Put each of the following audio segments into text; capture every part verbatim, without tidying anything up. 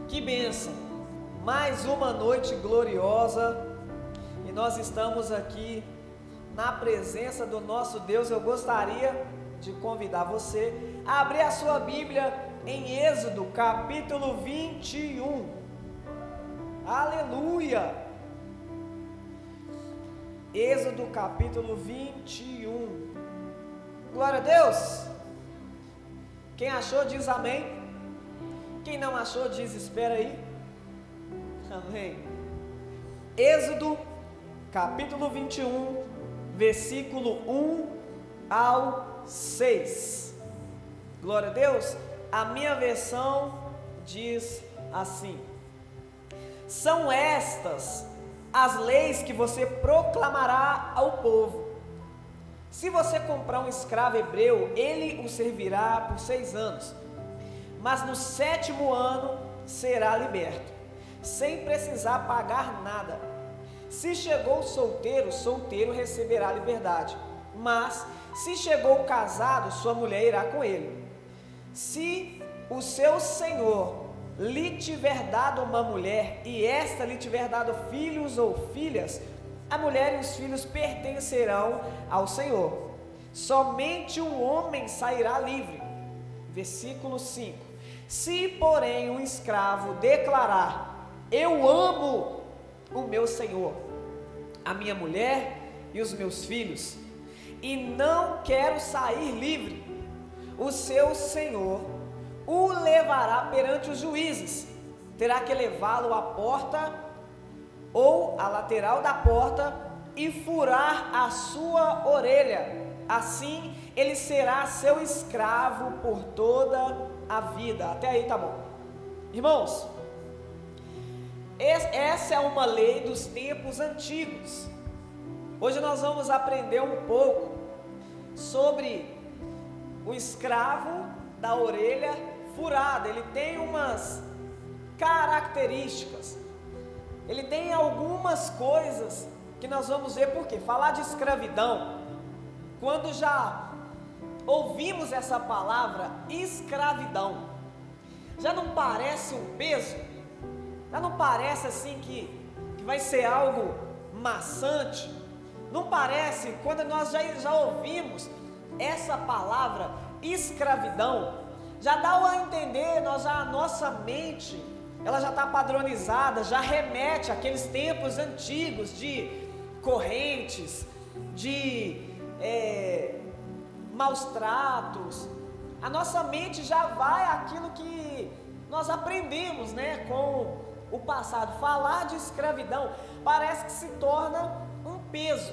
Que bênção! Mais uma noite gloriosa e nós estamos aqui na presença do nosso Deus. Eu gostaria de convidar você a abrir a sua Bíblia em Êxodo capítulo vinte e um. Aleluia! Êxodo capítulo vinte e um. Glória a Deus! Quem achou diz amém. Quem não achou diz espera aí. Amém. Êxodo capítulo vinte e um, versículo um ao seis. Glória a Deus. A minha versão diz assim: são estas as leis que você proclamará ao povo. Se você comprar um escravo hebreu, ele o servirá por seis anos, mas no sétimo ano será liberto, sem precisar pagar nada. Se chegou solteiro, solteiro receberá liberdade, mas se chegou casado, sua mulher irá com ele. Se o seu senhor lhe tiver dado uma mulher, e esta lhe tiver dado filhos ou filhas, a mulher e os filhos pertencerão ao Senhor. Somente o homem sairá livre. Versículo cinco. Se, porém, um escravo declarar: eu amo o meu senhor, a minha mulher e os meus filhos, e não quero sair livre, o seu senhor o levará perante os juízes. Terá que levá-lo à porta ou à lateral da porta e furar a sua orelha. Assim ele será seu escravo por toda a vida. Até aí tá bom. Irmãos, essa é uma lei dos tempos antigos. Hoje nós vamos aprender um pouco sobre o escravo da orelha furada. Ele tem umas características, ele tem algumas coisas que nós vamos ver. Por quê? Falar de escravidão, quando já ouvimos essa palavra escravidão, já não parece um peso? Já não parece assim que, que vai ser algo maçante? Não parece, quando nós já, já ouvimos essa palavra escravidão, já dá a entender, nós já, a nossa mente, ela já está padronizada, já remete àqueles tempos antigos de correntes, de é, maus tratos. A nossa mente já vai àquilo que nós aprendemos, né, com o passado. Falar de escravidão parece que se torna um peso.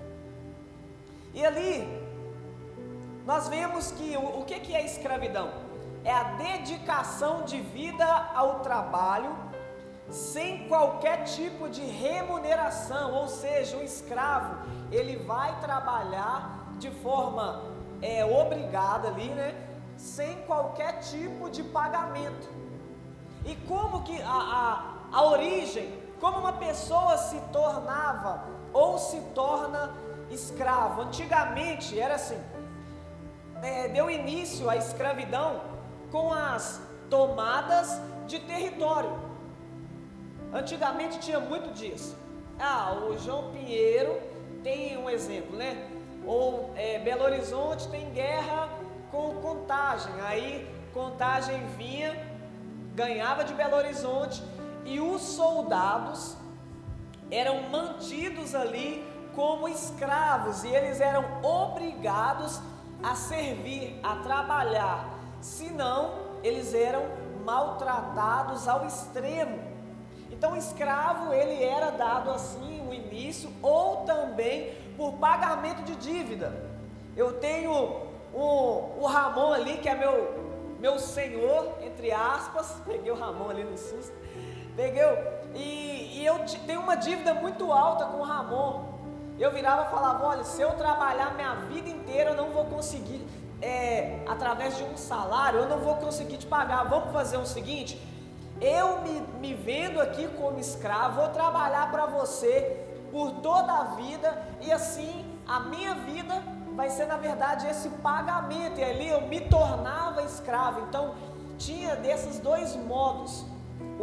E ali nós vemos que o, o que, que é escravidão? É a dedicação de vida ao trabalho sem qualquer tipo de remuneração. Ou seja, o escravo, ele vai trabalhar de forma é, obrigada ali, né, sem qualquer tipo de pagamento. E como que a, a, a origem, como uma pessoa se tornava ou se torna escravo? Antigamente era assim, é, deu início à escravidão com as tomadas de território. Antigamente tinha muito disso. Ah, o João Pinheiro tem um exemplo, né? Ou é, Belo Horizonte tem guerra com Contagem. Aí Contagem vinha, ganhava de Belo Horizonte, e os soldados eram mantidos ali como escravos, e eles eram obrigados a servir, a trabalhar, senão eles eram maltratados ao extremo. Então o escravo, ele era dado assim o início, ou também por pagamento de dívida. Eu tenho o, o Ramon ali, que é meu, meu senhor, entre aspas. Peguei o Ramon ali no susto. Peguei, e, e eu tenho uma dívida muito alta com o Ramon. Eu virava e falava: olha, se eu trabalhar minha vida inteira, eu não vou conseguir, é, através de um salário, eu não vou conseguir te pagar. Vamos fazer o seguinte: eu me, me vendo aqui como escravo, vou trabalhar para você por toda a vida, e assim a minha vida vai ser, na verdade, esse pagamento. E ali eu me tornava escravo. Então tinha desses dois modos: o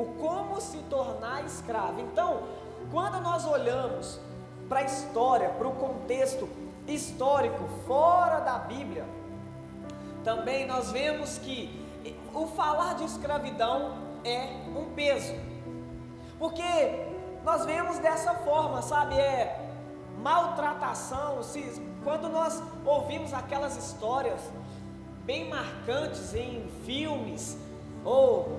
como se tornar escravo. Então, quando nós olhamos para a história, para o contexto histórico fora da Bíblia, também nós vemos que o falar de escravidão é um peso, porque nós vemos dessa forma, sabe, é maltratação. Se, quando nós ouvimos aquelas histórias bem marcantes em filmes, ou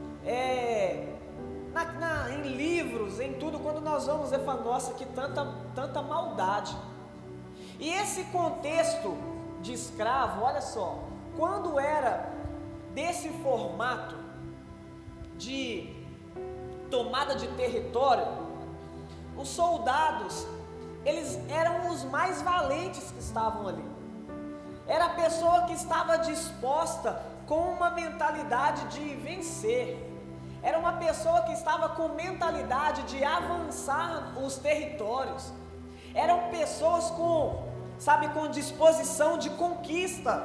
é, na, na, em livros, em tudo, quando nós vamos ver, fala, nossa, que tanta, tanta maldade. E esse contexto de escravo, olha só, quando era desse formato de tomada de território, os soldados, eles eram os mais valentes que estavam ali. Era a pessoa que estava disposta com uma mentalidade de vencer. Era uma pessoa que estava com mentalidade de avançar os territórios. Eram pessoas com, sabe, com disposição de conquista.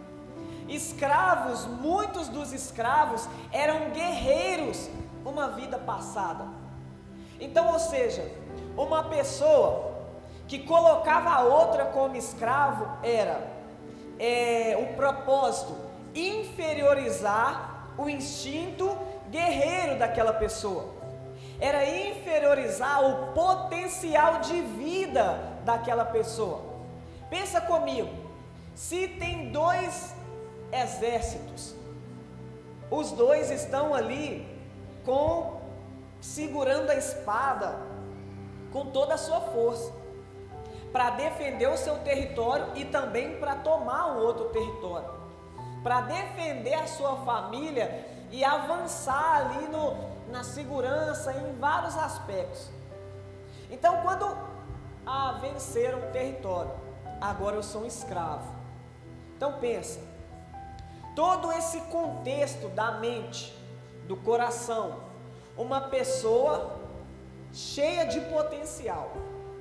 Escravos, muitos dos escravos eram guerreiros uma vida passada. Então, ou seja, uma pessoa que colocava a outra como escravo era é, o propósito inferiorizar o instinto guerreiro daquela pessoa, era inferiorizar o potencial de vida daquela pessoa. Pensa comigo, se tem dois exércitos, os dois estão ali com segurando a espada com toda a sua força para defender o seu território e também para tomar um outro território, para defender a sua família e avançar ali no, na segurança em vários aspectos. Então, quando ah, venceram o território, agora eu sou um escravo. Então pensa, todo esse contexto da mente, do coração, uma pessoa cheia de potencial,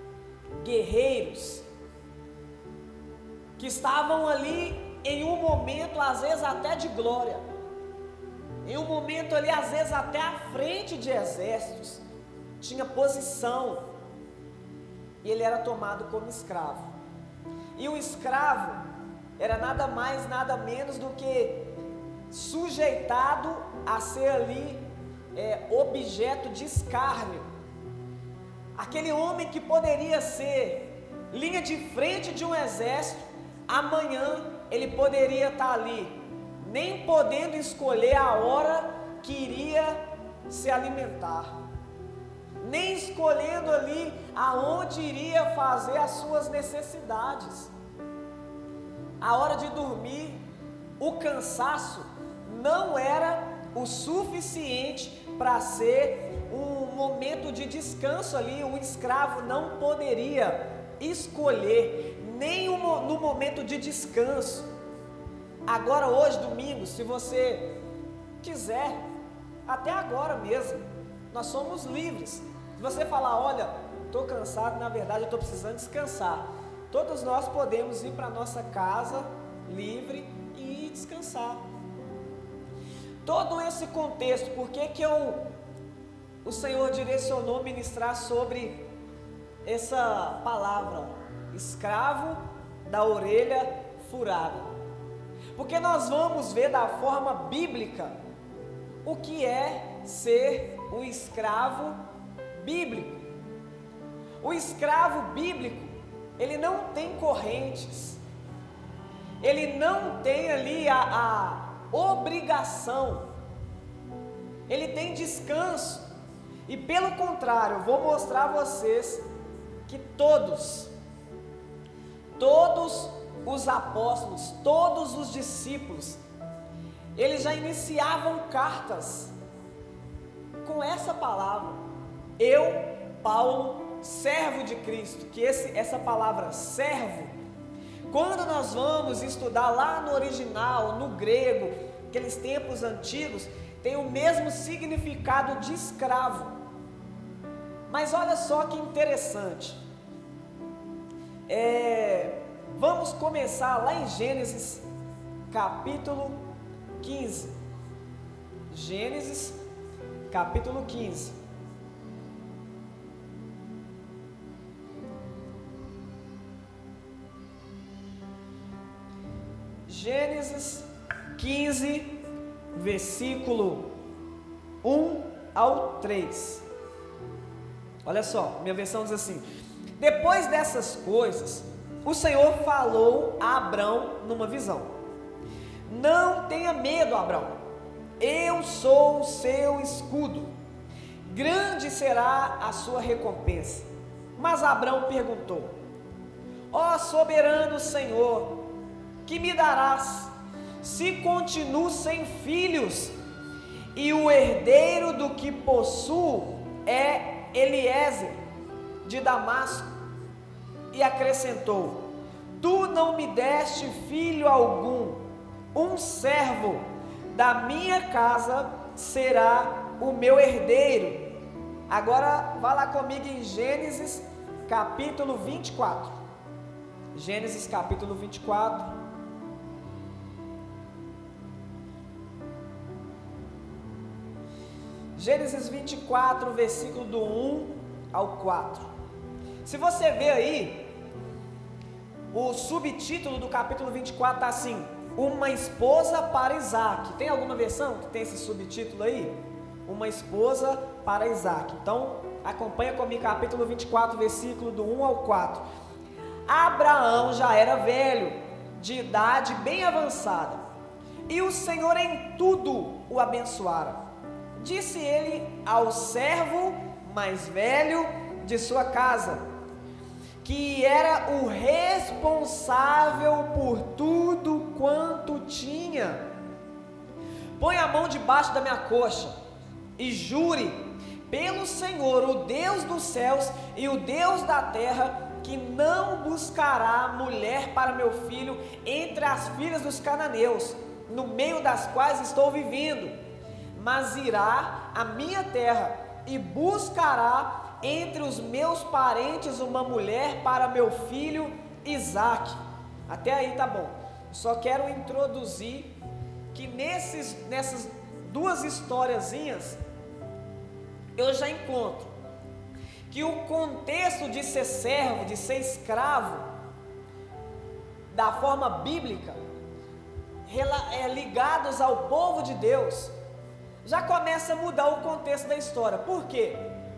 guerreiros, que estavam ali em um momento às vezes até de glória, em um momento ali às vezes até à frente de exércitos, tinha posição, e ele era tomado como escravo. E o escravo era nada mais, nada menos do que sujeitado a ser ali é, objeto de escárnio. Aquele homem que poderia ser linha de frente de um exército, amanhã ele poderia estar ali, nem podendo escolher a hora que iria se alimentar, nem escolhendo ali aonde iria fazer as suas necessidades. A hora de dormir, o cansaço não era o suficiente para ser um momento de descanso ali. O escravo não poderia escolher nem no momento de descanso. Agora, hoje, domingo, se você quiser, até agora mesmo, nós somos livres. Se você falar, olha, estou cansado, na verdade eu estou precisando descansar, todos nós podemos ir para a nossa casa livre e descansar. Todo esse contexto, por que que eu, o Senhor direcionou ministrar sobre essa palavra, escravo da orelha furada? Porque nós vamos ver da forma bíblica o que é ser um escravo bíblico. O escravo bíblico, ele não tem correntes, ele não tem ali a, a obrigação, ele tem descanso. E pelo contrário, eu vou mostrar a vocês que todos, todos os apóstolos, todos os discípulos, eles já iniciavam cartas com essa palavra: eu, Paulo, servo de Cristo. Que esse, essa palavra servo, quando nós vamos estudar lá no original, no grego, aqueles tempos antigos, tem o mesmo significado de escravo. Mas olha só que interessante, é, vamos começar lá em Gênesis capítulo quinze. Gênesis capítulo quinze. Gênesis quinze, versículo um ao três. Olha só, minha versão diz assim: depois dessas coisas, o Senhor falou a Abrão numa visão: não tenha medo, Abrão, eu sou o seu escudo, grande será a sua recompensa. Mas Abrão perguntou: ó soberano Senhor, que me darás se continuo sem filhos, e o herdeiro do que possuo é Eliezer de Damasco? E acrescentou: tu não me deste filho algum, um servo da minha casa será o meu herdeiro. Agora vá lá comigo em Gênesis capítulo vinte e quatro. Gênesis capítulo vinte e quatro. Gênesis vinte e quatro, versículo do um ao quatro. Se você ver aí, o subtítulo do capítulo vinte e quatro está assim: uma esposa para Isaac. Tem alguma versão que tem esse subtítulo aí? Uma esposa para Isaac. Então, acompanha comigo capítulo vinte e quatro, versículo do um ao quatro. Abraão já era velho, de idade bem avançada, e o Senhor em tudo o abençoara. Disse ele ao servo mais velho de sua casa, que era o responsável por tudo quanto tinha: põe a mão debaixo da minha coxa e jure pelo Senhor, o Deus dos céus e o Deus da terra, que não buscará mulher para meu filho entre as filhas dos cananeus, no meio das quais estou vivendo, mas irá à minha terra e buscará entre os meus parentes uma mulher para meu filho Isaque. Até aí tá bom. Só quero introduzir que nesses, nessas duas historiazinhas eu já encontro que o contexto de ser servo, de ser escravo, da forma bíblica, ligados ao povo de Deus, já começa a mudar o contexto da história. Por quê?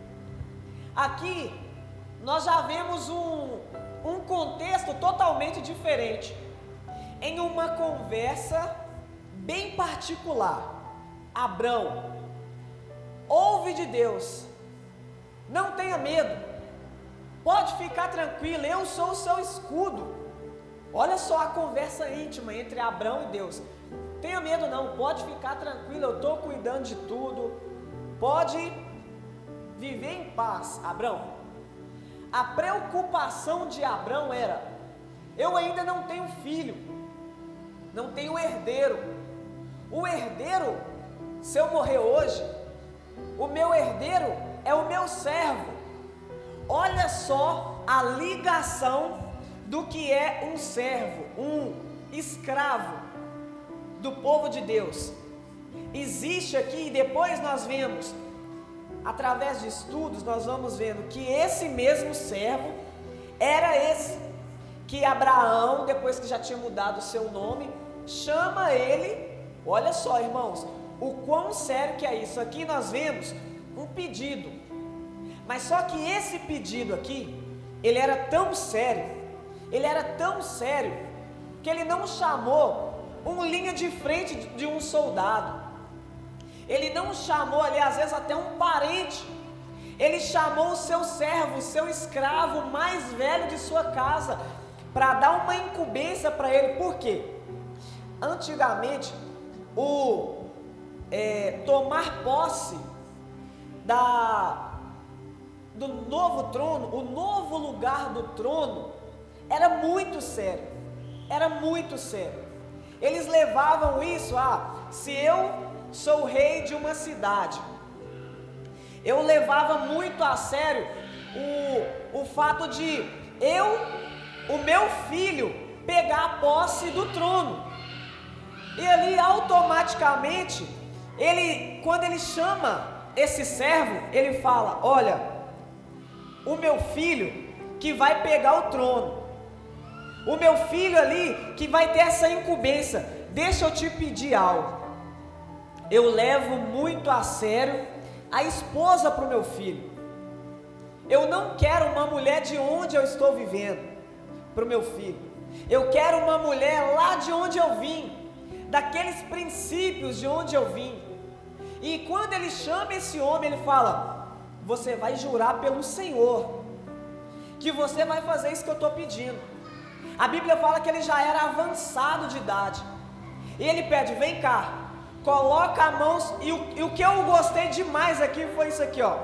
Aqui nós já vemos um, um contexto totalmente diferente, em uma conversa bem particular. Abrão ouve de Deus: não tenha medo, pode ficar tranquilo, eu sou o seu escudo. Olha só a conversa íntima entre Abrão e Deus: tenha medo não, pode ficar tranquilo, eu estou cuidando de tudo, pode viver em paz, Abrão. A preocupação de Abrão era: eu ainda não tenho filho, não tenho herdeiro. O herdeiro, se eu morrer hoje, o meu herdeiro é o meu servo. Olha só a ligação do que é um servo, um escravo do povo de Deus. Existe aqui, e depois nós vemos, através de estudos, nós vamos vendo que esse mesmo servo era esse que Abraão, depois que já tinha mudado o seu nome, chama ele. Olha só, irmãos, o quão sério que é isso. Aqui nós vemos um pedido, mas só que esse pedido aqui, ele era tão sério, ele era tão sério, que ele não chamou um linha de frente de um soldado, ele não chamou ali, às vezes até um parente, ele chamou o seu servo, o seu escravo mais velho de sua casa, para dar uma incumbência para ele. Por quê? Antigamente, o é, tomar posse da, do novo trono, o novo lugar do trono, era muito sério, era muito sério. Eles levavam isso a, se eu sou rei de uma cidade, eu levava muito a sério o, o fato de eu, o meu filho, pegar a posse do trono. E ali automaticamente ele, quando ele chama esse servo, ele fala: olha, o meu filho que vai pegar o trono, o meu filho ali que vai ter essa incumbência, deixa eu te pedir algo. Eu levo muito a sério a esposa para o meu filho. Eu não quero uma mulher de onde eu estou vivendo para o meu filho. Eu quero uma mulher lá de onde eu vim, daqueles princípios de onde eu vim. E quando ele chama esse homem, ele fala: você vai jurar pelo Senhor que você vai fazer isso que eu estou pedindo. A Bíblia fala que ele já era avançado de idade, e ele pede: vem cá, coloca a mão. E o, e o que eu gostei demais aqui foi isso aqui, ó.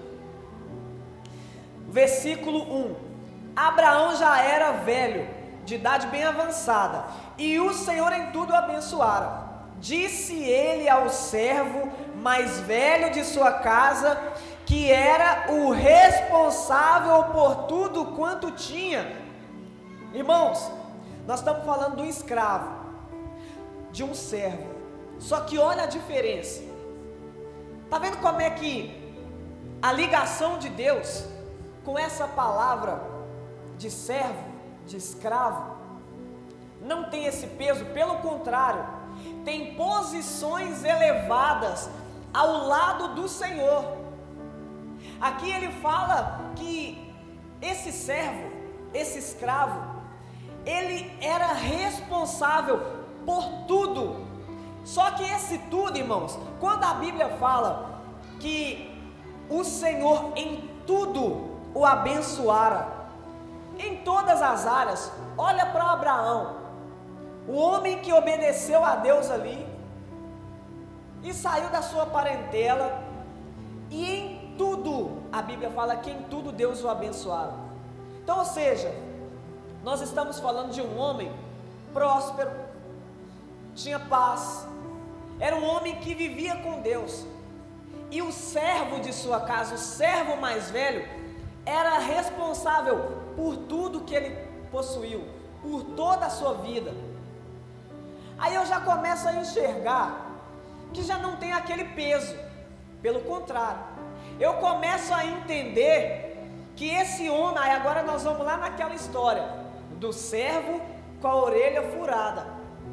Versículo um: Abraão já era velho, de idade bem avançada, e o Senhor em tudo o abençoara. Disse ele ao servo mais velho de sua casa, que era o responsável por tudo quanto tinha. Irmãos, nós estamos falando de um escravo, de um servo. Só que olha a diferença. Está vendo como é que a ligação de Deus com essa palavra de servo, de escravo, não tem esse peso? Pelo contrário, tem posições elevadas ao lado do Senhor. Aqui ele fala que esse servo, esse escravo, ele era responsável por tudo. Só que esse tudo, irmãos, quando a Bíblia fala que o Senhor em tudo o abençoara, em todas as áreas, olha para Abraão, o homem que obedeceu a Deus ali, e saiu da sua parentela, e em tudo, a Bíblia fala que em tudo Deus o abençoara. Então, ou seja, nós estamos falando de um homem próspero, tinha paz, era um homem que vivia com Deus, e o servo de sua casa, o servo mais velho, era responsável por tudo que ele possuiu, por toda a sua vida. Aí eu já começo a enxergar que já não tem aquele peso, pelo contrário, eu começo a entender que esse homem, aí agora nós vamos lá naquela história do servo com a orelha furada,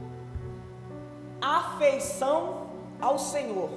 afeição ao Senhor.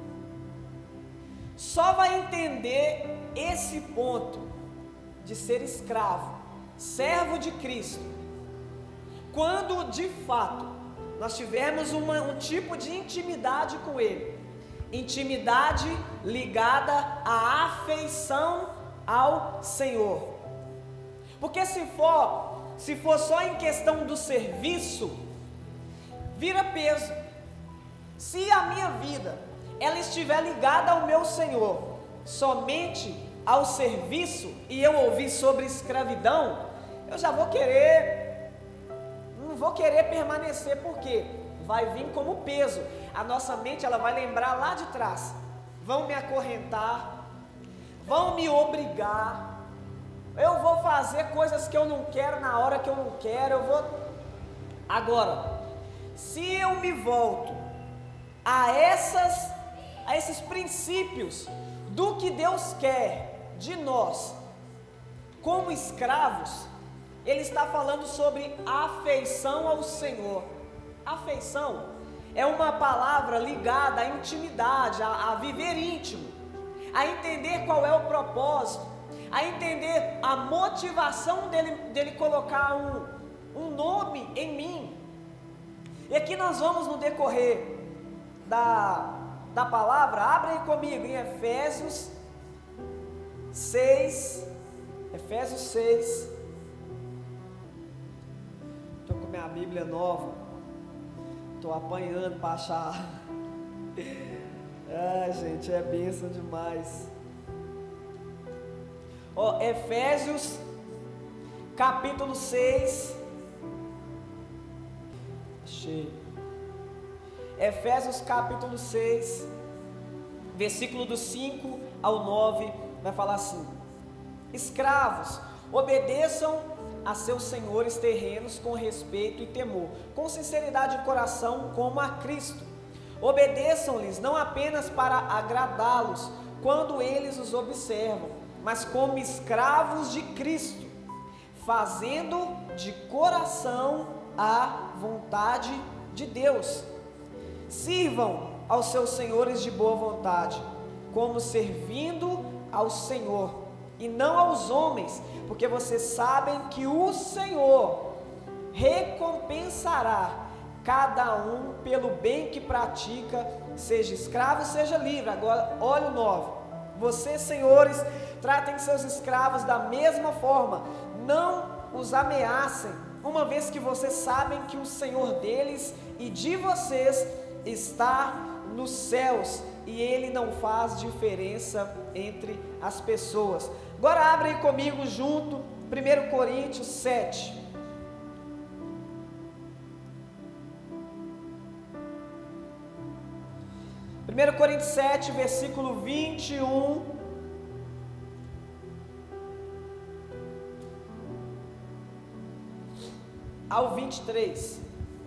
Só vai entender esse ponto de ser escravo, servo de Cristo, quando de fato nós tivermos uma, um tipo de intimidade com Ele, intimidade ligada à afeição ao Senhor. Porque se for, se for só em questão do serviço, vira peso. Se a minha vida ela estiver ligada ao meu Senhor, somente ao serviço, e eu ouvir sobre escravidão, eu já vou querer, não vou querer permanecer, porque vai vir como peso. A nossa mente ela vai lembrar lá de trás, vão me acorrentar, vão me obrigar, eu vou fazer coisas que eu não quero na hora que eu não quero, eu vou. Agora, se eu me volto a essas, a esses princípios do que Deus quer de nós como escravos, Ele está falando sobre afeição ao Senhor. Afeição é uma palavra ligada à intimidade, a, a viver íntimo, a entender qual é o propósito, a entender a motivação dele, dele colocar um, um nome em mim. E aqui nós vamos no decorrer da, da palavra, abre aí comigo em Efésios seis, Efésios seis, estou com minha Bíblia nova, estou apanhando para achar, ai gente, é bênção demais. Ó, oh, Efésios capítulo seis, cheio. Efésios capítulo seis, versículo do cinco ao nove, vai falar assim: escravos, obedeçam a seus senhores terrenos com respeito e temor, com sinceridade de coração, como a Cristo, Obedeçam-lhes não apenas para agradá-los quando eles os observam, mas como escravos de Cristo, fazendo de coração a vontade de Deus. Sirvam aos seus senhores de boa vontade, como servindo ao Senhor, e não aos homens, porque vocês sabem que o Senhor recompensará cada um pelo bem que pratica, seja escravo, seja livre. Agora, olha o nove. Vocês, senhores, tratem seus escravos da mesma forma, não os ameacem, uma vez que vocês sabem que o Senhor deles e de vocês está nos céus, e Ele não faz diferença entre as pessoas. Agora abre aí comigo junto, primeiro Coríntios sete. primeiro Coríntios sete, versículo vinte e um. Ao vinte e três.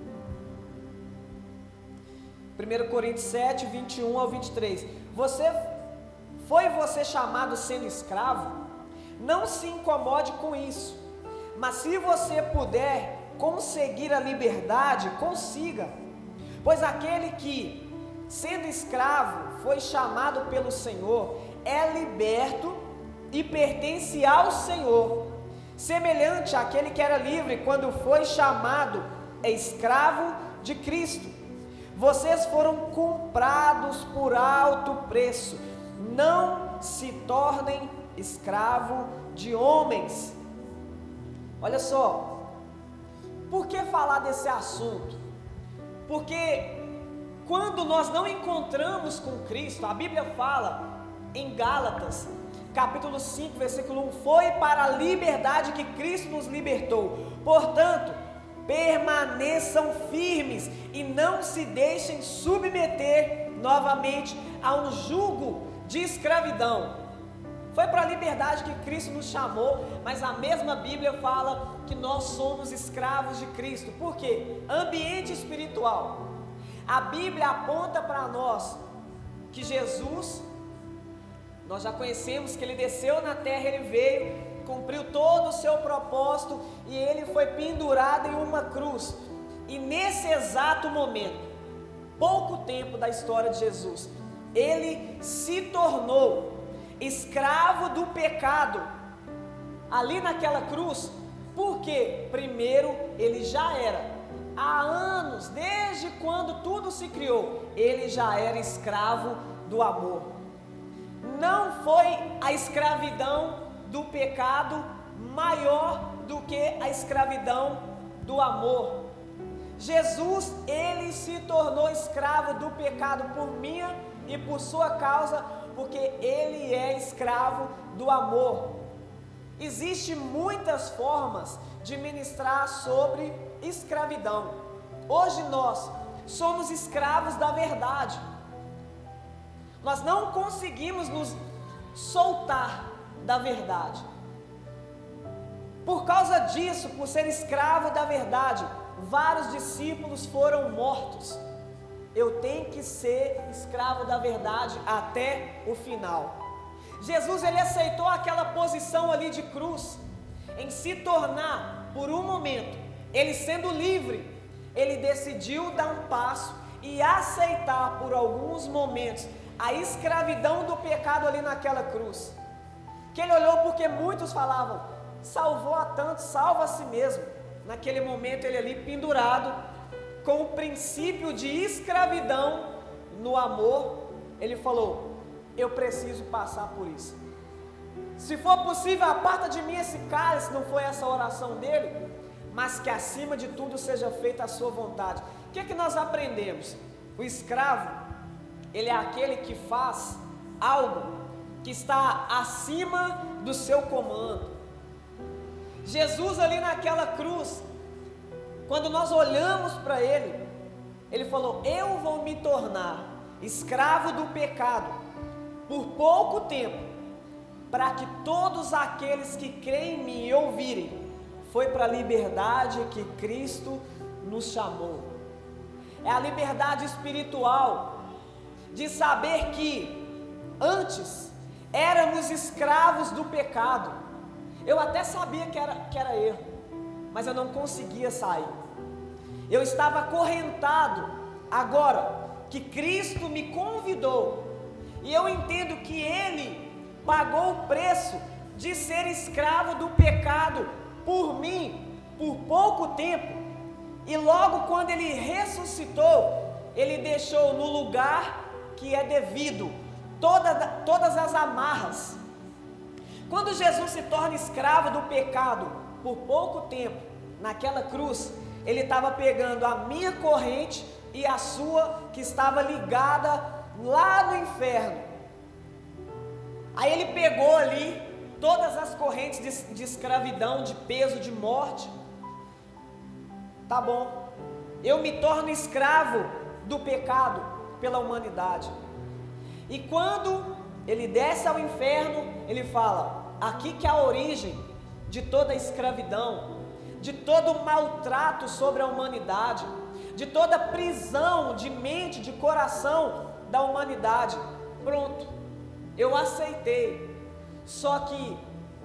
primeiro Coríntios sete, vinte e um ao vinte e três. Você, foi você chamado sendo escravo? Não se incomode com isso. Mas se você puder conseguir a liberdade, consiga. Pois aquele que, sendo escravo, foi chamado pelo Senhor, é liberto e pertence ao Senhor. Semelhante àquele que era livre quando foi chamado, é escravo de Cristo. Vocês foram comprados por alto preço. Não se tornem escravo de homens. Olha só, por que falar desse assunto? Porque quando nós não encontramos com Cristo, a Bíblia fala em Gálatas, capítulo cinco, versículo um, foi para a liberdade que Cristo nos libertou. Portanto, permaneçam firmes e não se deixem submeter novamente a um jugo de escravidão. Foi para a liberdade que Cristo nos chamou, mas a mesma Bíblia fala que nós somos escravos de Cristo. Por quê? Ambiente espiritual. A Bíblia aponta para nós que Jesus, nós já conhecemos que Ele desceu na terra, Ele veio, cumpriu todo o seu propósito e Ele foi pendurado em uma cruz. E nesse exato momento, pouco tempo da história de Jesus, Ele se tornou escravo do pecado ali naquela cruz. Porque primeiro Ele já era, há anos, desde quando tudo se criou, Ele já era escravo do amor. Não foi a escravidão do pecado maior do que a escravidão do amor. Jesus, Ele se tornou escravo do pecado por minha e por sua causa, porque Ele é escravo do amor. Existem muitas formas de ministrar sobre escravidão. Hoje nós somos escravos da verdade. Nós não conseguimos nos soltar da verdade. Por causa disso, por ser escravo da verdade, vários discípulos foram mortos. Eu tenho que ser escravo da verdade até o final. Jesus, Ele aceitou aquela posição ali de cruz, em se tornar, por um momento, Ele sendo livre, Ele decidiu dar um passo e aceitar por alguns momentos a escravidão do pecado ali naquela cruz. Que Ele olhou porque muitos falavam, salvou a tantos, salva a si mesmo. Naquele momento Ele ali pendurado, com o princípio de escravidão no amor, Ele falou, eu preciso passar por isso. Se for possível, aparta de mim esse cálice. Não foi essa a oração dele? Mas que acima de tudo seja feita a sua vontade. O que é que nós aprendemos? O escravo, ele é aquele que faz algo que está acima do seu comando. Jesus ali naquela cruz, quando nós olhamos para Ele, Ele falou, eu vou me tornar escravo do pecado por pouco tempo, para que todos aqueles que creem em mim e ouvirem. Foi para a liberdade que Cristo nos chamou. é a liberdade espiritual de saber que antes éramos escravos do pecado. Eu até sabia que era, que era erro, mas eu não conseguia sair. Eu estava acorrentado. Agora que Cristo me convidou, e eu entendo que Ele pagou o preço de ser escravo do pecado por mim, por pouco tempo, e logo quando Ele ressuscitou, Ele deixou no lugar que é devido toda, todas as amarras. Quando Jesus se torna escravo do pecado por pouco tempo, naquela cruz, Ele estava pegando a minha corrente e a sua, que estava ligada lá no inferno. Aí Ele pegou ali todas as correntes de, de escravidão, de peso, de morte. Tá bom, eu me torno escravo do pecado pela humanidade. E quando Ele desce ao inferno, Ele fala: aqui que é a origem de toda a escravidão, de todo o maltrato sobre a humanidade, de toda a prisão de mente, de coração da humanidade. Pronto, eu aceitei. Só que,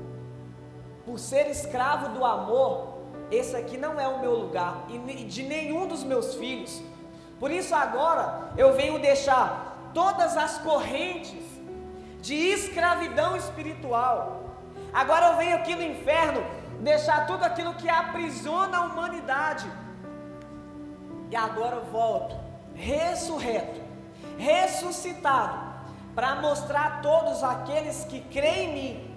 por ser escravo do amor, esse aqui não é o meu lugar, e de nenhum dos meus filhos. Por isso agora eu venho deixar todas as correntes de escravidão espiritual. Agora eu venho aqui no inferno deixar tudo aquilo que aprisiona a humanidade. E agora eu volto ressurreto, ressuscitado, para mostrar a todos aqueles que creem em mim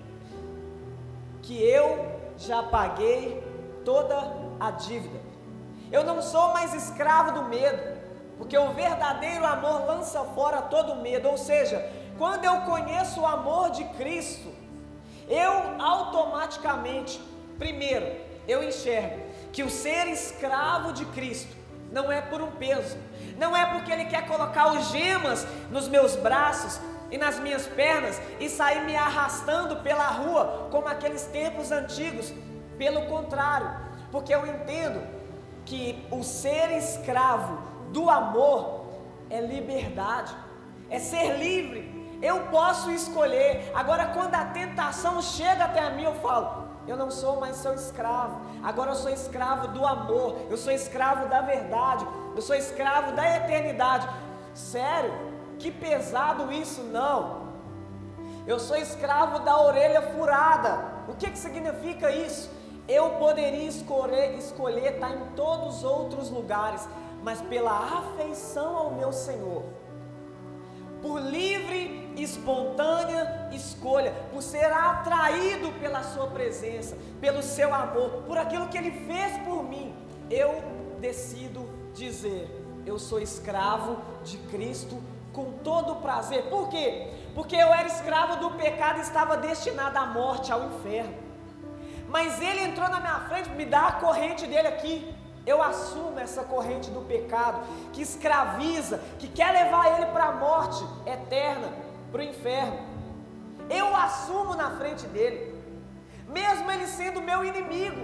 que eu já paguei toda a dívida. Eu não sou mais escravo do medo, porque o verdadeiro amor lança fora todo medo. Ou seja, quando eu conheço o amor de Cristo, eu automaticamente, primeiro, eu enxergo que o ser escravo de Cristo não é por um peso, não é porque Ele quer colocar algemas nos meus braços e nas minhas pernas e sair me arrastando pela rua como aqueles tempos antigos. Pelo contrário, porque eu entendo que o ser escravo do amor é liberdade, é ser livre. Eu posso escolher. Agora, quando a tentação chega até a mim, eu falo: eu não sou mais seu escravo, agora eu sou escravo do amor, eu sou escravo da verdade, eu sou escravo da eternidade. Sério? Que pesado isso. Não, eu sou escravo da orelha furada. O que que significa isso? Eu poderia escolher, escolher estar em todos os outros lugares, mas pela afeição ao meu Senhor, por livre, espontânea escolha, por ser atraído pela sua presença, pelo seu amor, por aquilo que Ele fez por mim, eu decido dizer: eu sou escravo de Cristo com todo o prazer. Por quê? Porque eu era escravo do pecado e estava destinado à morte, ao inferno. Mas Ele entrou na minha frente, me dá a corrente dele aqui. Eu assumo essa corrente do pecado, que escraviza, que quer levar ele para a morte eterna, para o inferno. Eu assumo na frente dele, mesmo ele sendo meu inimigo.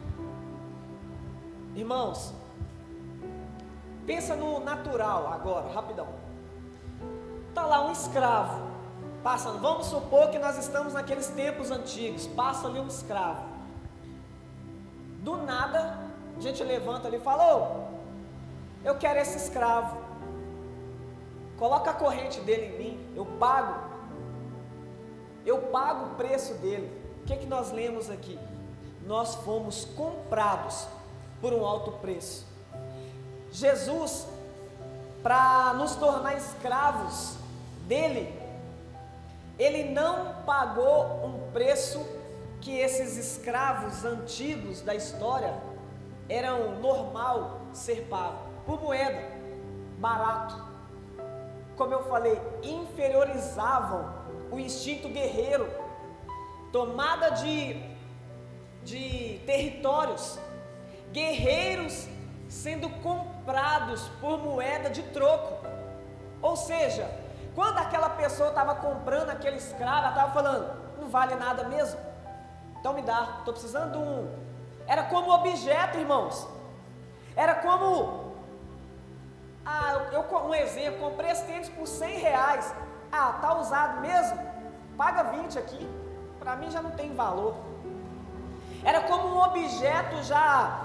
Irmãos, pensa no natural agora, rapidão. Está lá um escravo, passando, vamos supor que nós estamos naqueles tempos antigos, passa ali um escravo. Do nada, a gente levanta ali e fala: ô, eu quero esse escravo, coloca a corrente dele em mim, eu pago, eu pago o preço dele. O que que nós lemos aqui? Nós fomos comprados por um alto preço. Jesus, para nos tornar escravos dele, Ele não pagou um preço que esses escravos antigos da história eram normal ser pago, por moeda, barato. Como eu falei, inferiorizavam o instinto guerreiro, tomada de, de territórios, guerreiros sendo comprados por moeda de troco. Ou seja, quando aquela pessoa estava comprando aquele escravo, ela estava falando: não vale nada mesmo, então me dá, estou precisando de um. Era como objeto, irmãos, era como Ah, eu, eu um exemplo, comprei esse tênis por cem reais. Ah, tá usado mesmo? Paga vinte aqui. Para mim já não tem valor. Era como um objeto já.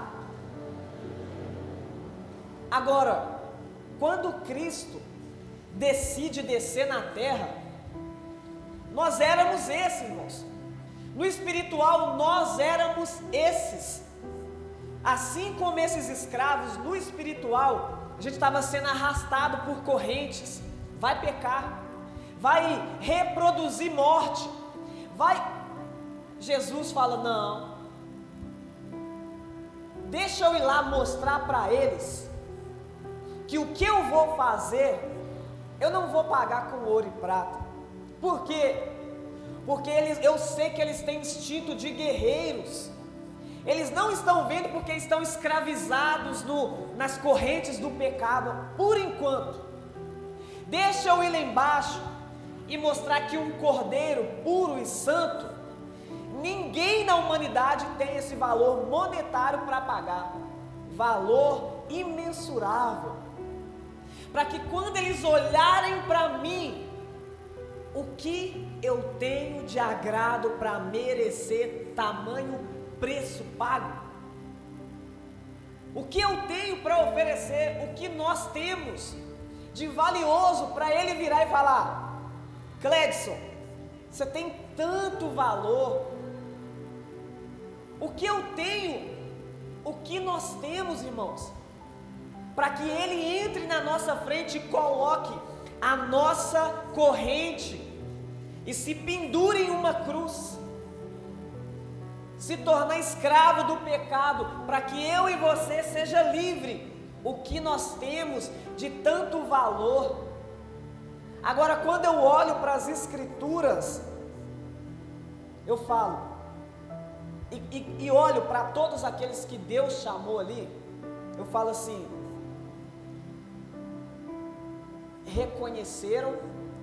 Agora, quando Cristo decide descer na terra, nós éramos esses, irmãos. No espiritual, nós éramos esses. Assim como esses escravos, no espiritual, a gente estava sendo arrastado por correntes. Vai pecar, vai reproduzir morte, vai. Jesus fala: não, deixa eu ir lá mostrar para eles que o que eu vou fazer, eu não vou pagar com ouro e prata. Por quê? Porque eles, eu sei que eles têm instinto de guerreiros. Eles não estão vendo porque estão escravizados no, nas correntes do pecado, por enquanto. Deixa eu ir lá embaixo e mostrar que um cordeiro puro e santo, ninguém na humanidade tem esse valor monetário para pagar. Valor imensurável. Para que quando eles olharem para mim, o que eu tenho de agrado para merecer tamanho preço pago? O que eu tenho para oferecer, o que nós temos de valioso para ele virar e falar: Cledson, você tem tanto valor. O que eu tenho, o que nós temos, irmãos, para que ele entre na nossa frente e coloque a nossa corrente e se pendure em uma cruz, se tornar escravo do pecado, para que eu e você seja livre. O que nós temos de tanto valor. Agora, quando eu olho para as Escrituras, eu falo, e, e, e olho para todos aqueles que Deus chamou ali, eu falo assim: reconheceram,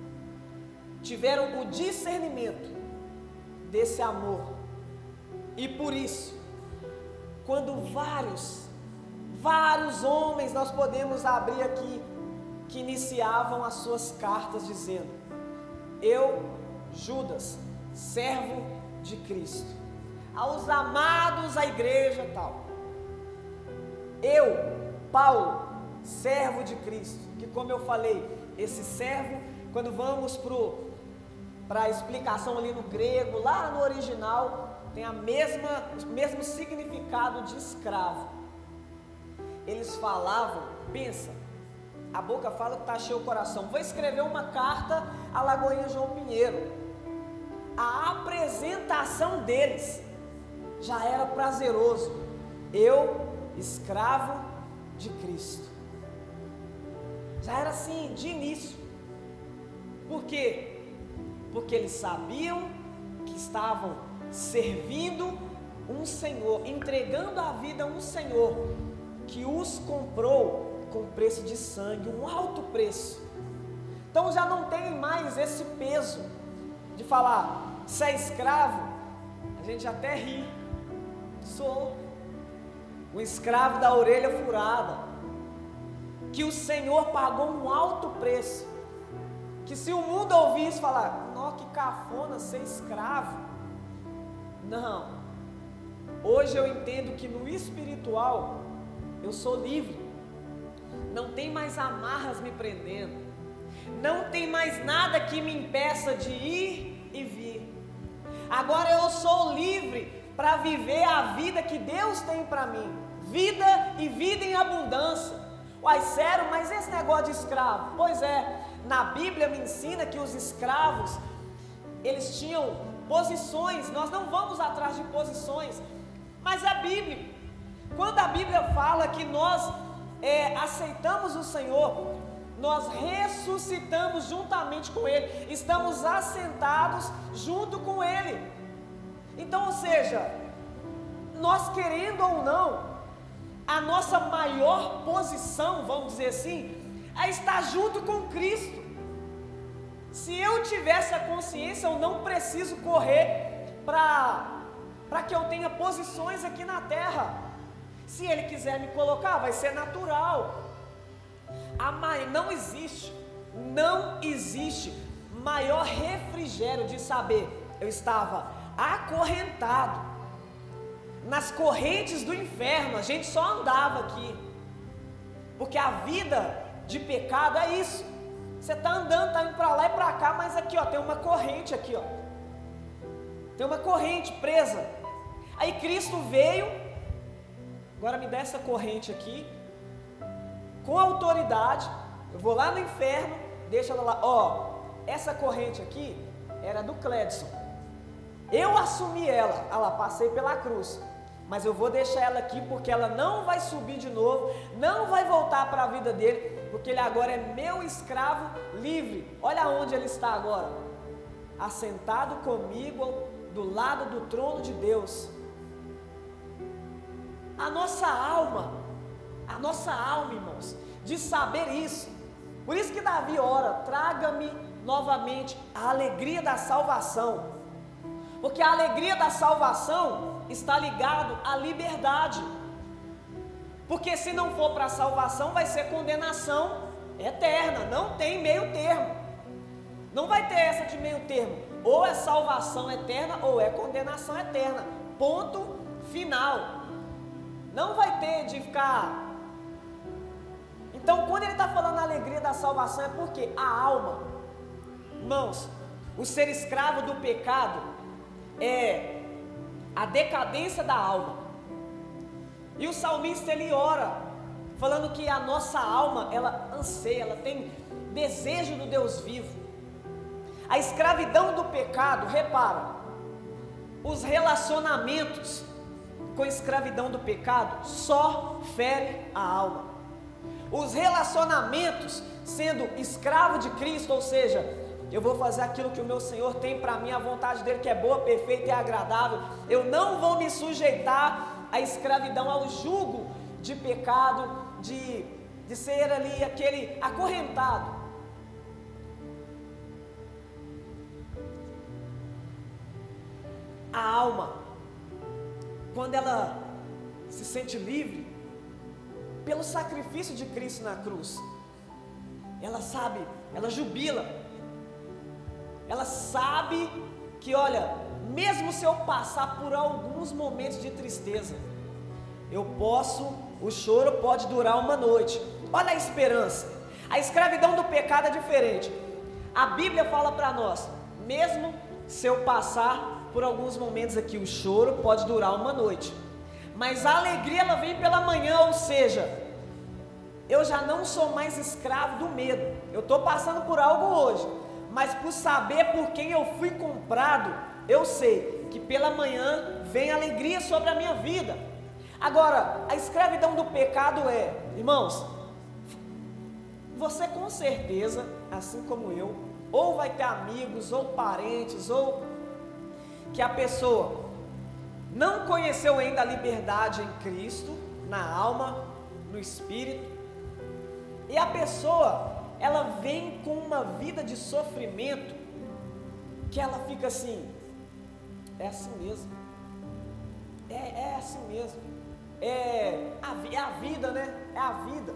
tiveram o discernimento desse amor, e por isso, quando vários, vários homens, nós podemos abrir aqui, que iniciavam as suas cartas dizendo: eu, Judas, servo de Cristo, aos amados à igreja tal, eu, Paulo, servo de Cristo, que como eu falei, esse servo, quando vamos para a explicação ali no grego, lá no original, tem a mesma, o mesmo significado de escravo. Eles falavam, pensa, a boca fala que está cheio o coração. Vou escrever uma carta à Lagoinha João Pinheiro. A apresentação deles já era prazeroso. Eu, escravo de Cristo. Já era assim, de início. Por quê? Porque eles sabiam que estavam servindo um Senhor, entregando a vida a um Senhor que os comprou com preço de sangue, um alto preço. Então já não tem mais esse peso de falar, se é escravo, a gente até ri, sou o escravo da orelha furada, que o Senhor pagou um alto preço, que se o mundo ouvisse falar, nossa, que cafona ser escravo, não, hoje eu entendo que no espiritual, eu sou livre, não tem mais amarras me prendendo, não tem mais nada que me impeça de ir e vir, agora eu sou livre para viver a vida que Deus tem para mim, vida e vida em abundância. Uai, sério, mas esse negócio de escravo? Pois é, na Bíblia me ensina que os escravos, eles tinham posições, nós não vamos atrás de posições, mas é bíblico. Quando a Bíblia fala que nós é, aceitamos o Senhor, nós ressuscitamos juntamente com Ele, estamos assentados junto com Ele. Então, ou seja, nós querendo ou não, a nossa maior posição, vamos dizer assim, é estar junto com Cristo. Se eu tivesse a consciência, eu não preciso correr para para que eu tenha posições aqui na terra. Se Ele quiser me colocar, vai ser natural. A mai... Não existe, não existe maior refrigério de saber, eu estava acorrentado nas correntes do inferno, a gente só andava aqui, porque a vida de pecado é isso, você está andando, está indo para lá e para cá, mas aqui ó, tem uma corrente aqui ó, tem uma corrente presa, aí Cristo veio, agora me dá essa corrente aqui, com autoridade, eu vou lá no inferno, deixa ela lá, ó, essa corrente aqui era do Cledson, eu assumi ela, ah lá, passei pela cruz, mas eu vou deixar ela aqui porque ela não vai subir de novo, não vai voltar para a vida dele, porque ele agora é meu escravo livre. Olha onde ele está agora, assentado comigo do lado do trono de Deus. A nossa alma, a nossa alma, irmãos, de saber isso, por isso que Davi ora, traga-me novamente a alegria da salvação, porque a alegria da salvação está ligado à liberdade, porque se não for para a salvação vai ser condenação eterna, não tem meio termo, não vai ter essa de meio termo, ou é salvação eterna ou é condenação eterna, ponto final, não vai ter de ficar. Então quando ele está falando a alegria da salvação é porque a alma, irmãos, o ser escravo do pecado é a decadência da alma, e o salmista ele ora, falando que a nossa alma, ela anseia, ela tem desejo do Deus vivo. A escravidão do pecado, repara, os relacionamentos com escravidão do pecado só fere a alma. Os relacionamentos sendo escravo de Cristo, ou seja, eu vou fazer aquilo que o meu Senhor tem para mim, a vontade dele que é boa, perfeita e agradável, eu não vou me sujeitar à escravidão, ao jugo de pecado, de, de ser ali aquele acorrentado. A alma, quando ela se sente livre, pelo sacrifício de Cristo na cruz, ela sabe, ela jubila, ela sabe que, olha, mesmo se eu passar por alguns momentos de tristeza, eu posso, o choro pode durar uma noite. Olha a esperança. A escravidão do pecado é diferente. A Bíblia fala para nós, mesmo se eu passar por alguns momentos aqui, o choro pode durar uma noite, mas a alegria ela vem pela manhã, ou seja, eu já não sou mais escravo do medo. Eu estou passando por algo hoje, mas por saber por quem eu fui comprado, eu sei que pela manhã vem alegria sobre a minha vida. Agora, a escravidão do pecado é, irmãos, você com certeza, assim como eu, ou vai ter amigos, ou parentes, ou que a pessoa não conheceu ainda a liberdade em Cristo, na alma, no espírito, e a pessoa, ela vem com uma vida de sofrimento, que ela fica assim, é assim mesmo, é, é assim mesmo, é a, é a vida, né, é a vida,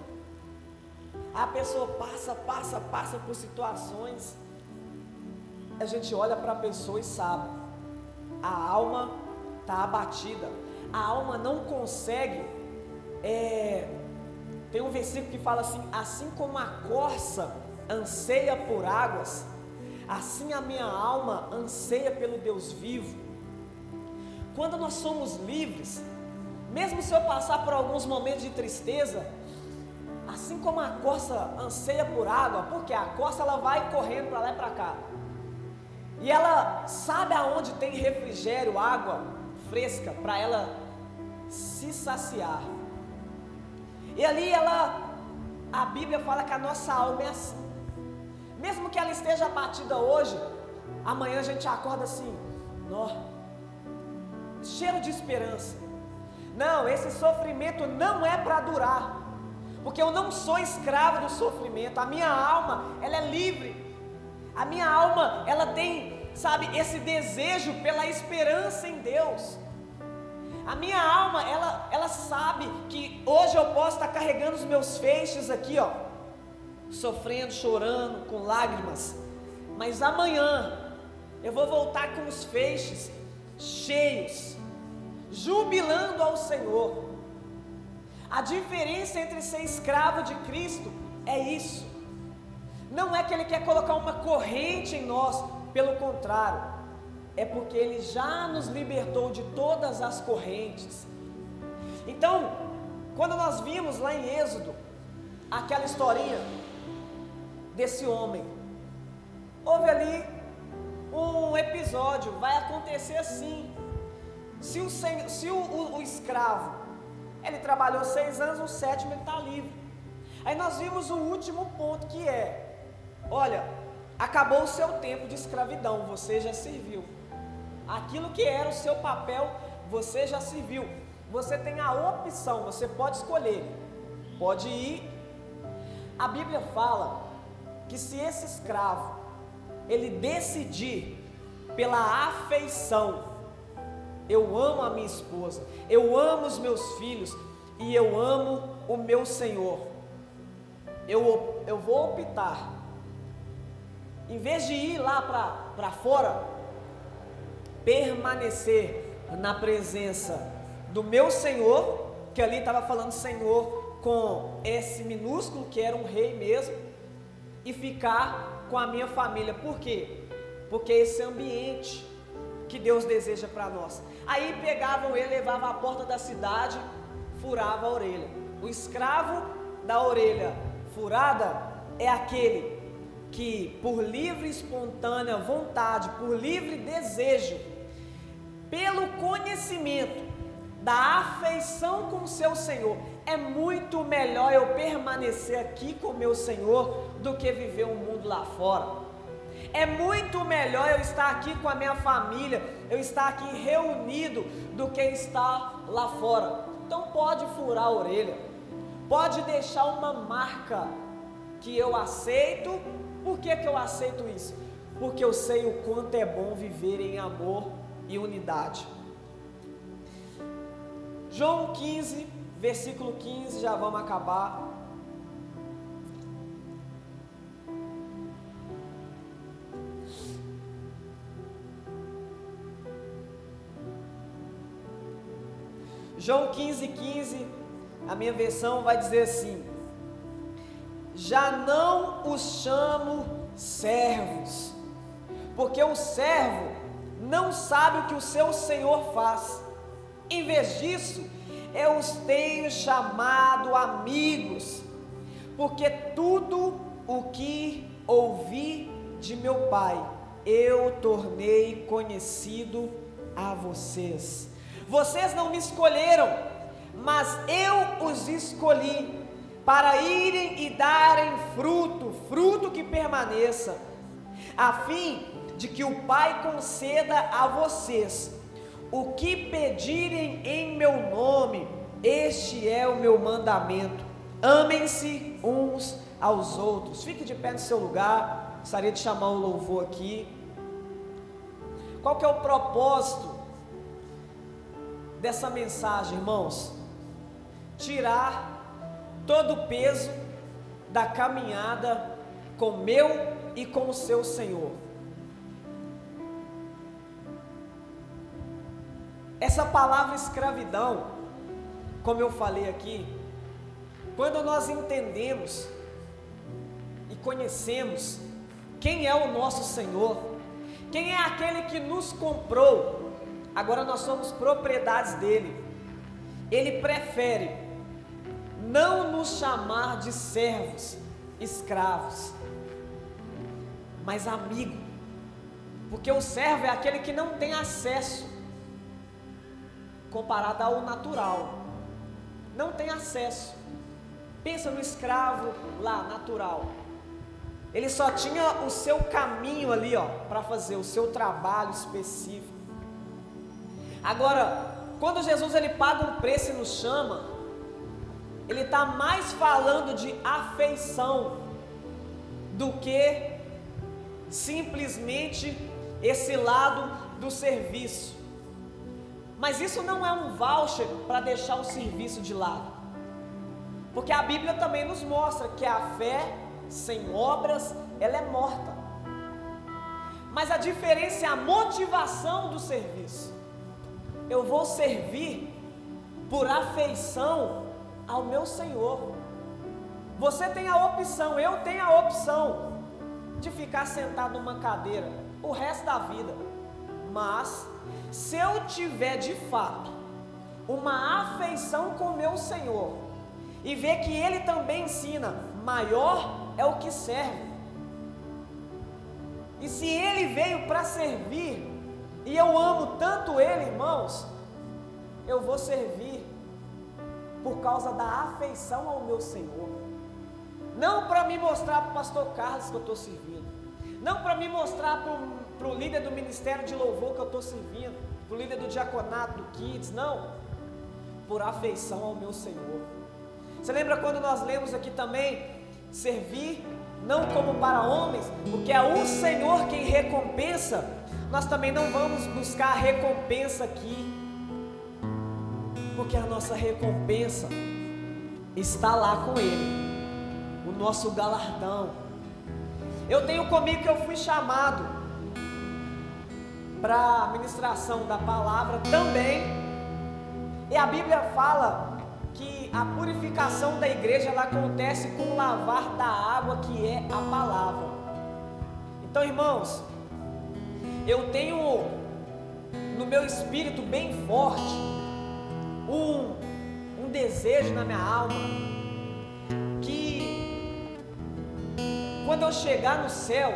a pessoa passa, passa, passa por situações, a gente olha para a pessoa e sabe, a alma está abatida, a alma não consegue, é, tem um versículo que fala assim, assim como a corça anseia por águas, assim a minha alma anseia pelo Deus vivo. Quando nós somos livres, mesmo se eu passar por alguns momentos de tristeza, assim como a corça anseia por água, porque a corça ela vai correndo para lá e para cá, e ela sabe aonde tem refrigério, água fresca, para ela se saciar. E ali ela, a Bíblia fala que a nossa alma é assim. Mesmo que ela esteja abatida hoje, amanhã a gente acorda assim, nó, cheiro de esperança. Não, esse sofrimento não é para durar, porque eu não sou escravo do sofrimento, a minha alma, ela é livre. A minha alma, ela tem, sabe, esse desejo pela esperança em Deus. A minha alma, ela, ela sabe que hoje eu posso estar carregando os meus feixes aqui, ó, sofrendo, chorando, com lágrimas, mas amanhã eu vou voltar com os feixes cheios, jubilando ao Senhor. A diferença entre ser escravo de Cristo é isso. Não é que Ele quer colocar uma corrente em nós, pelo contrário, é porque Ele já nos libertou de todas as correntes. Então, quando nós vimos lá em Êxodo, aquela historinha desse homem, houve ali um episódio, vai acontecer assim, se o, se o, o, o escravo, ele trabalhou seis anos, o sétimo ele está livre. Aí nós vimos o último ponto, que é, olha, acabou o seu tempo de escravidão, você já serviu, aquilo que era o seu papel, você já serviu, você tem a opção, você pode escolher, pode ir. A Bíblia fala que se esse escravo, ele decidir pela afeição, eu amo a minha esposa, eu amo os meus filhos e eu amo o meu Senhor, eu, eu vou optar, em vez de ir lá para fora, permanecer na presença do meu Senhor, que ali estava falando Senhor com S minúsculo, que era um rei mesmo, e ficar com a minha família. Por quê? Porque esse ambiente que Deus deseja para nós. Aí pegavam ele, levavam à porta da cidade, furava a orelha. O escravo da orelha furada é aquele que, por livre e espontânea vontade, por livre desejo, pelo conhecimento da afeição com o seu Senhor, é muito melhor eu permanecer aqui com o meu Senhor do que viver um mundo lá fora. É muito melhor eu estar aqui com a minha família, eu estar aqui reunido, do que estar lá fora. Então pode furar a orelha, pode deixar uma marca que eu aceito. Por que que eu aceito isso? Porque eu sei o quanto é bom viver em amor e unidade. João quinze, versículo quinze, já vamos acabar. João quinze, quinze, a minha versão vai dizer assim: já não os chamo servos, porque o servo não sabe o que o seu senhor faz. Em vez disso, eu os tenho chamado amigos, porque tudo o que ouvi de meu Pai, eu tornei conhecido a vocês. Vocês não me escolheram, mas eu os escolhi para irem e darem fruto, fruto que permaneça, a fim de que o Pai conceda a vocês o que pedirem em meu nome. Este é o meu mandamento: amem-se uns aos outros. Fique de pé no seu lugar. Gostaria de chamar o louvor aqui. Qual que é o propósito dessa mensagem, irmãos? Tirar todo o peso da caminhada com meu e com o seu Senhor. Essa palavra escravidão, como eu falei aqui, quando nós entendemos e conhecemos quem é o nosso Senhor, quem é aquele que nos comprou, agora nós somos propriedades dele, ele prefere não nos chamar de servos, escravos, mas amigo, porque o servo é aquele que não tem acesso, comparado ao natural, não tem acesso. Pensa no escravo lá, natural, ele só tinha o seu caminho ali, ó, para fazer o seu trabalho específico. Agora, quando Jesus ele paga um preço e nos chama, ele está mais falando de afeição do que simplesmente esse lado do serviço. Mas isso não é um voucher para deixar o serviço de lado, porque a Bíblia também nos mostra que a fé sem obras, ela é morta. Mas a diferença é a motivação do serviço. Eu vou servir por afeição ao meu Senhor. Você tem a opção, eu tenho a opção de ficar sentado numa cadeira o resto da vida. Mas se eu tiver de fato uma afeição com o meu Senhor e ver que Ele também ensina, maior é o que serve. E se Ele veio para servir e eu amo tanto Ele, irmãos, eu vou servir por causa da afeição ao meu Senhor. Não para me mostrar para o pastor Carlos que eu estou servindo, não para me mostrar para o líder do ministério de louvor que eu estou servindo, para o líder do diaconato, do Kids, não, por afeição ao meu Senhor. Você lembra quando nós lemos aqui também, servir não como para homens, porque é o Senhor quem recompensa. Nós também não vamos buscar a recompensa aqui, porque a nossa recompensa está lá com Ele, o nosso galardão. Eu tenho comigo que eu fui chamado para a ministração da palavra também, e a Bíblia fala que a purificação da igreja ela acontece com o lavar da água que é a palavra. Então, irmãos, eu tenho no meu espírito bem forte um, um desejo na minha alma que quando eu chegar no céu,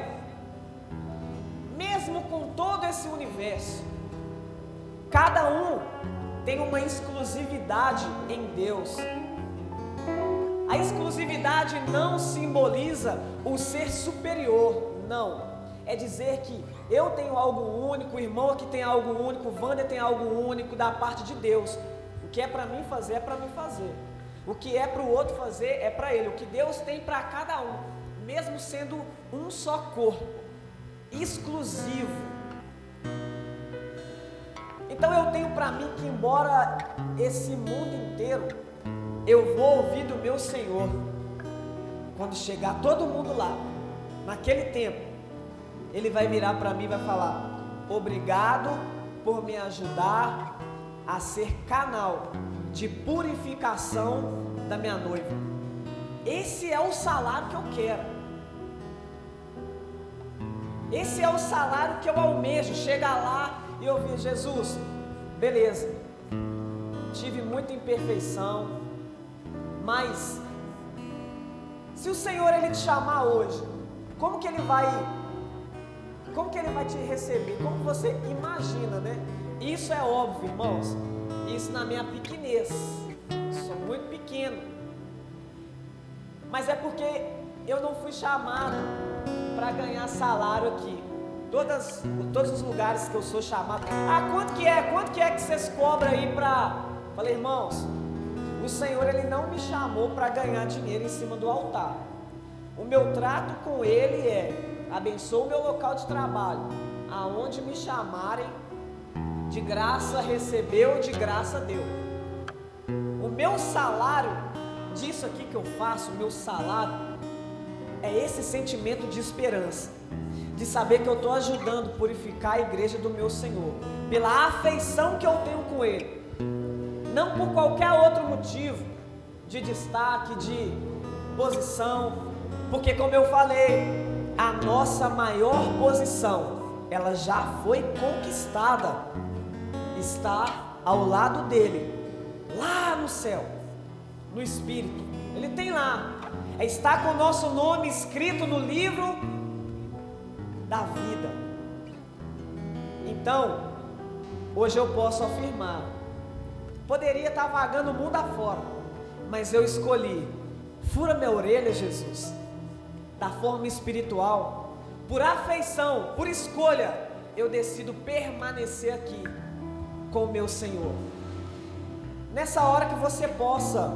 mesmo com todo esse universo, cada um tem uma exclusividade em Deus. A exclusividade não simboliza o ser superior, não. É dizer que eu tenho algo único, o irmão aqui tem algo único, o Wander tem algo único da parte de Deus. O que é para mim fazer é para mim fazer. O que é para o outro fazer é para ele. O que Deus tem para cada um, mesmo sendo um só corpo, exclusivo. Então eu tenho para mim que embora esse mundo inteiro, eu vou ouvir do meu Senhor, quando chegar todo mundo lá, naquele tempo, Ele vai virar para mim e vai falar: obrigado por me ajudar a ser canal de purificação da minha noiva. Esse é o salário que eu quero. Esse é o salário que eu almejo, chegar lá e ouvir: Jesus, beleza, tive muita imperfeição, mas se o Senhor Ele te chamar hoje, como que Ele vai, como que Ele vai te receber? Como você imagina, né? Isso é óbvio, irmãos, isso na minha pequenez, sou muito pequeno, mas é porque eu não fui chamado para ganhar salário aqui. Todas, todos os lugares que eu sou chamado, ah, quanto que é? Quanto que é que vocês cobram aí para... Falei, irmãos, o Senhor Ele não me chamou para ganhar dinheiro em cima do altar. O meu trato com Ele é: abençoa o meu local de trabalho, aonde me chamarem, de graça recebeu, de graça deu. O meu salário, disso aqui que eu faço, o meu salário, é esse sentimento de esperança, de saber que eu estou ajudando a purificar a igreja do meu Senhor, pela afeição que eu tenho com Ele, não por qualquer outro motivo, de destaque, de posição, porque como eu falei, a nossa maior posição, ela já foi conquistada, está ao lado dEle, lá no céu, no Espírito, Ele tem lá, está com o nosso nome escrito no livro da vida. Então, hoje eu posso afirmar, poderia estar vagando o mundo afora, mas eu escolhi, fura minha orelha, Jesus, da forma espiritual, por afeição, por escolha, eu decido permanecer aqui com o meu Senhor. Nessa hora que você possa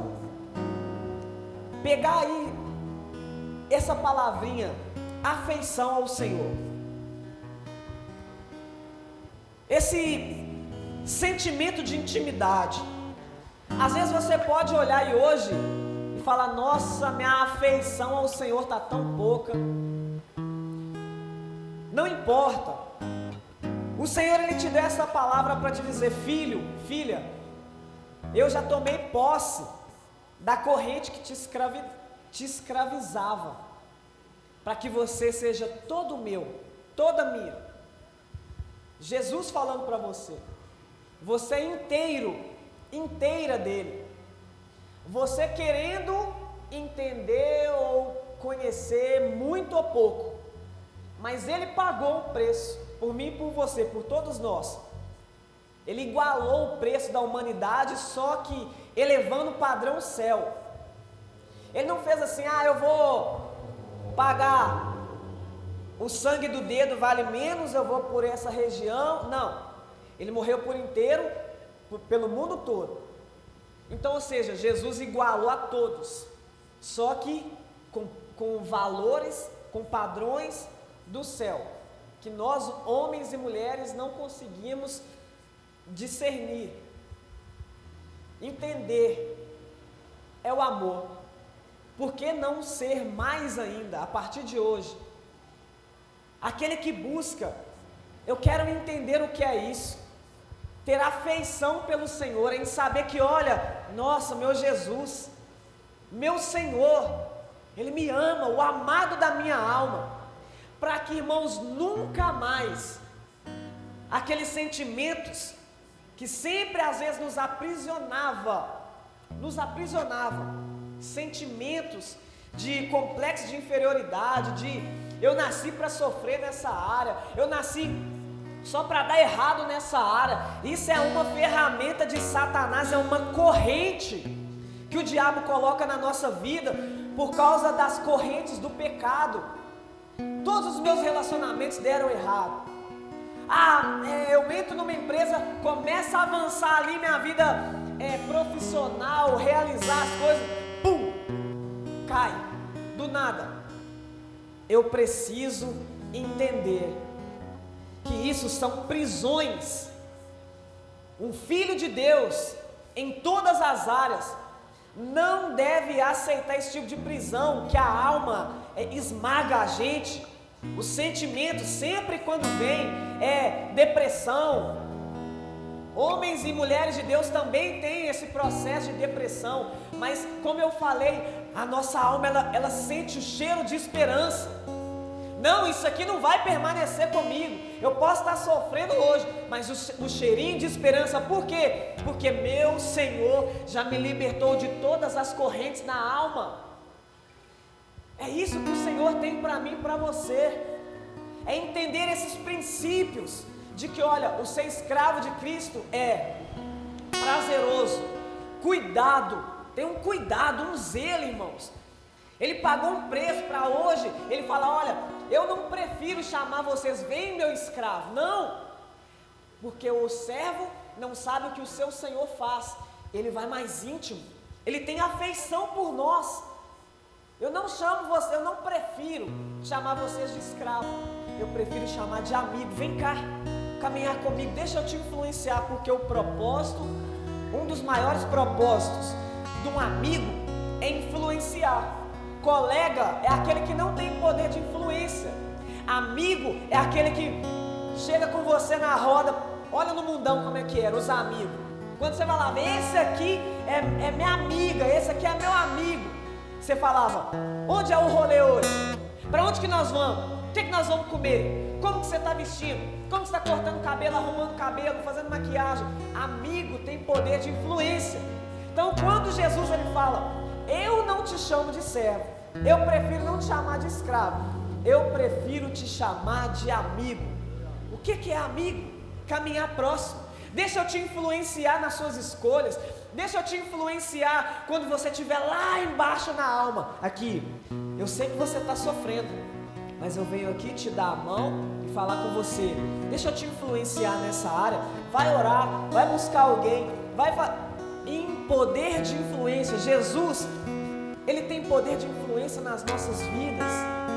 pegar aí essa palavrinha, afeição ao Senhor, esse sentimento de intimidade. Às vezes você pode olhar e hoje e fala: nossa, minha afeição ao Senhor está tão pouca. Não importa. O Senhor, Ele te deu essa palavra para te dizer: filho, filha, eu já tomei posse da corrente que te, escravi, te escravizava, para que você seja todo meu, toda minha. Jesus falando para você, você é inteiro, inteira dele. Você querendo entender ou conhecer muito ou pouco, mas Ele pagou um preço por mim e por você, por todos nós. Ele igualou o preço da humanidade, só que elevando o padrão céu. Ele não fez assim: ah, eu vou pagar, o sangue do dedo vale menos, eu vou por essa região. Não, Ele morreu por inteiro, por, pelo mundo todo. Então, ou seja, Jesus igualou a todos, só que com, com valores, com padrões do céu, que nós, homens e mulheres, não conseguimos discernir. Entender é o amor. Por que não ser mais ainda, a partir de hoje? Aquele que busca, eu quero entender o que é isso, ter afeição pelo Senhor, em saber que, olha, nossa, meu Jesus, meu Senhor, Ele me ama, o amado da minha alma, para que, irmãos, nunca mais aqueles sentimentos que sempre às vezes nos aprisionava, nos aprisionava, sentimentos de complexo de inferioridade, de eu nasci para sofrer nessa área, eu nasci só para dar errado nessa área. Isso é uma ferramenta de Satanás, é uma corrente que o diabo coloca na nossa vida por causa das correntes do pecado. Todos os meus relacionamentos deram errado. Ah, é, eu entro numa empresa, começa a avançar ali minha vida é, profissional, realizar as coisas, pum, cai, do nada. Eu preciso entender que isso são prisões. Um filho de Deus, em todas as áreas, não deve aceitar esse tipo de prisão, que a alma é, esmaga a gente. O sentimento, sempre quando vem, é depressão. Homens e mulheres de Deus também têm esse processo de depressão, mas como eu falei, a nossa alma, ela, ela sente o cheiro de esperança. Não, isso aqui não vai permanecer comigo. Eu posso estar sofrendo hoje, mas o, o cheirinho de esperança, por quê? Porque meu Senhor já me libertou de todas as correntes na alma. É isso que o Senhor tem para mim e para você. É entender esses princípios de que, olha, o ser escravo de Cristo é prazeroso. Cuidado, tem um cuidado, um zelo, irmãos. Ele pagou um preço para hoje, ele fala: olha, eu não prefiro chamar vocês, vem meu escravo. Não, porque o servo não sabe o que o seu Senhor faz. Ele vai mais íntimo, ele tem afeição por nós. Eu não chamo você, eu não prefiro chamar vocês de escravo, eu prefiro chamar de amigo. Vem cá, caminhar comigo, deixa eu te influenciar, porque o propósito, um dos maiores propósitos de um amigo é influenciar. Colega é aquele que não tem poder de influência. Amigo é aquele que chega com você na roda. Olha no mundão como é que era, os amigos. Quando você falava: esse aqui é, é minha amiga, esse aqui é meu amigo, você falava: onde é o rolê hoje? Para onde que nós vamos? O que, que nós vamos comer? Como que você está vestindo? Como que você está cortando cabelo, arrumando cabelo, fazendo maquiagem? Amigo tem poder de influência. Então, quando Jesus ele fala: eu não te chamo de servo, eu prefiro não te chamar de escravo, eu prefiro te chamar de amigo. O que, que é amigo? Caminhar próximo. Deixa eu te influenciar nas suas escolhas. Deixa eu te influenciar quando você estiver lá embaixo na alma. Aqui, eu sei que você está sofrendo, mas eu venho aqui te dar a mão e falar com você. Deixa eu te influenciar nessa área. Vai orar, vai buscar alguém, vai em poder de influência. Jesus, Ele tem poder de influência nas nossas vidas.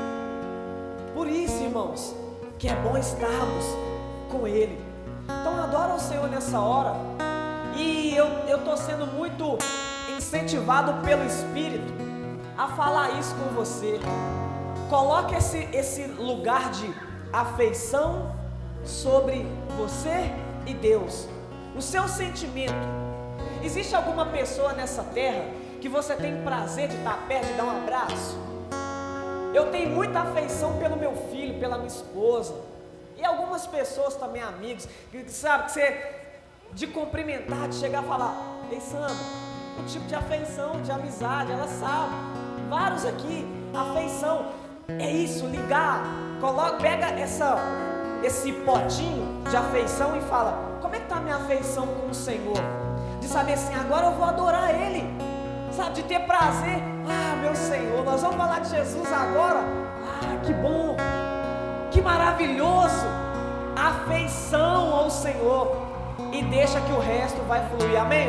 Por isso, irmãos, que é bom estarmos com Ele. Então adora o Senhor nessa hora. E eu estou sendo muito incentivado pelo Espírito a falar isso com você. Coloque esse, esse lugar de afeição sobre você e Deus. O seu sentimento. Existe alguma pessoa nessa terra que você tem prazer de estar perto, de dar um abraço? Eu tenho muita afeição pelo meu filho, pela minha esposa. E algumas pessoas também, amigos, que sabe que você, de cumprimentar, de chegar a falar: ei, Sandra, o tipo de afeição, de amizade, ela sabe. Vários aqui, afeição. É isso, ligar. Coloca, pega essa, esse potinho de afeição e fala: como é que está a minha afeição com o Senhor? De saber assim, agora eu vou adorar Ele. Sabe, de ter prazer. Ah, meu Senhor, nós vamos falar de Jesus agora. Ah, que bom, que maravilhoso. Afeição ao Senhor. E deixa que o resto vai fluir, amém?